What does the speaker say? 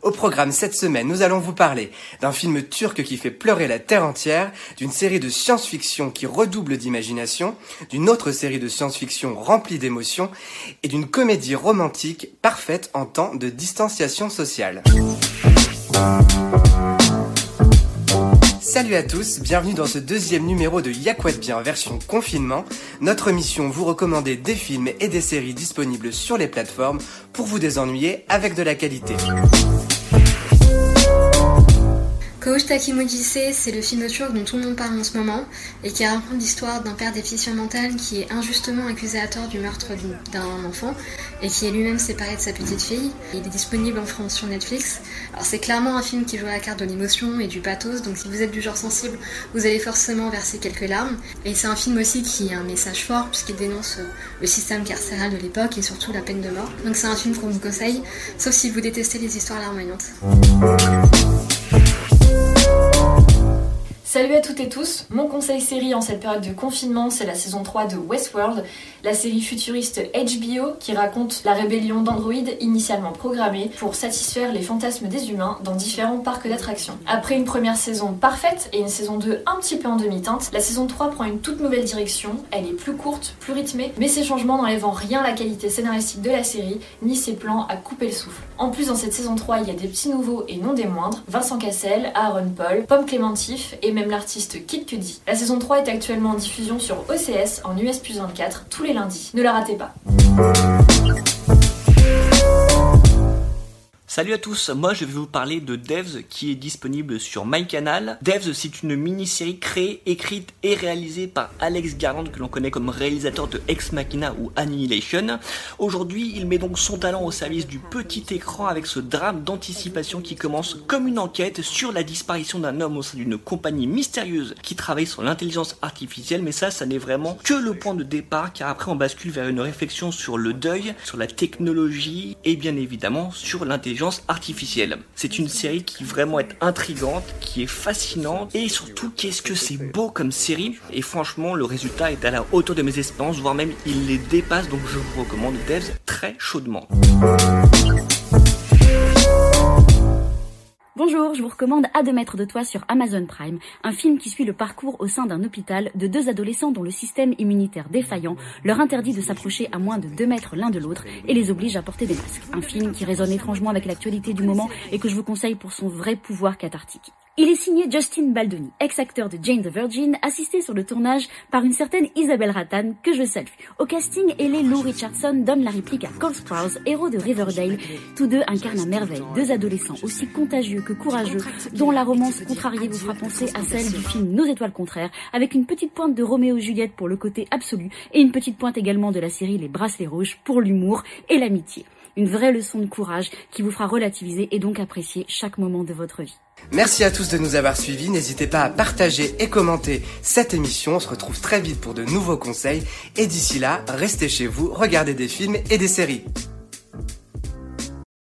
Au programme cette semaine, nous allons vous parler d'un film turc qui fait pleurer la terre entière, d'une série de science-fiction qui redouble d'imagination, d'une autre série de science-fiction remplie d'émotions et d'une comédie romantique parfaite en temps de distanciation sociale. Salut à tous, bienvenue dans ce deuxième numéro de Y'a quoi de bien version confinement. Notre mission, vous recommander des films et des séries disponibles sur les plateformes pour vous désennuyer avec de la qualité. Koğuştaki Mucize, c'est le film turc dont tout le monde parle en ce moment et qui raconte l'histoire d'un père déficient mental qui est injustement accusé à tort du meurtre d'un enfant et qui est lui-même séparé de sa petite fille. Il est disponible en France sur Netflix. Alors c'est clairement un film qui joue à la carte de l'émotion et du pathos, donc si vous êtes du genre sensible, vous allez forcément verser quelques larmes. Et c'est un film aussi qui a un message fort puisqu'il dénonce le système carcéral de l'époque et surtout la peine de mort. Donc c'est un film qu'on vous conseille, sauf si vous détestez les histoires larmoyantes. Salut à toutes et tous, mon conseil série en cette période de confinement, c'est la saison 3 de Westworld, la série futuriste HBO qui raconte la rébellion d'androïdes initialement programmés pour satisfaire les fantasmes des humains dans différents parcs d'attractions. Après une première saison parfaite et une saison 2 un petit peu en demi-teinte, la saison 3 prend une toute nouvelle direction, elle est plus courte, plus rythmée, mais ces changements n'enlèvent en rien la qualité scénaristique de la série, ni ses plans à couper le souffle. En plus, dans cette saison 3, il y a des petits nouveaux et non des moindres, Vincent Cassel, Aaron Paul, Pomme Clémentif et même l'artiste Kid Cudi. La saison 3 est actuellement en diffusion sur OCS en US plus 24 tous les lundis. Ne la ratez pas. Salut à tous, moi je vais vous parler de Devs qui est disponible sur MyCanal. Devs, c'est une mini-série créée, écrite et réalisée par Alex Garland que l'on connaît comme réalisateur de Ex Machina ou Annihilation. Aujourd'hui, il met donc son talent au service du petit écran avec ce drame d'anticipation qui commence comme une enquête sur la disparition d'un homme au sein d'une compagnie mystérieuse qui travaille sur l'intelligence artificielle, mais ça n'est vraiment que le point de départ car après on bascule vers une réflexion sur le deuil, sur la technologie et bien évidemment sur l'intelligence artificielle. C'est une série qui vraiment est intrigante, qui est fascinante et surtout qu'est-ce que c'est beau comme série et franchement le résultat est à la hauteur de mes espérances, voire même il les dépasse, donc je vous recommande Devs très chaudement. Bonjour, je vous recommande À 2 mètres de toi sur Amazon Prime, un film qui suit le parcours au sein d'un hôpital de deux adolescents dont le système immunitaire défaillant leur interdit de s'approcher à moins de 2 mètres l'un de l'autre et les oblige à porter des masques. Un film qui résonne étrangement avec l'actualité du moment et que je vous conseille pour son vrai pouvoir cathartique. Il est signé Justin Baldoni, ex-acteur de Jane the Virgin, assisté sur le tournage par une certaine Isabelle Ratan, que je salue. Au casting, elle Lou Richardson donne la réplique à Cole Sprouse, héros de Riverdale. Tous deux incarnent à merveille deux adolescents aussi contagieux que courageux, dont la romance contrariée vous fera penser à celle du film Nos étoiles contraires, avec une petite pointe de Roméo et Juliette pour le côté absolu, et une petite pointe également de la série Les Bracelets Rouges pour l'humour et l'amitié. Une vraie leçon de courage qui vous fera relativiser et donc apprécier chaque moment de votre vie. Merci à tous de nous avoir suivis, n'hésitez pas à partager et commenter cette émission, on se retrouve très vite pour de nouveaux conseils et d'ici là, restez chez vous, regardez des films et des séries.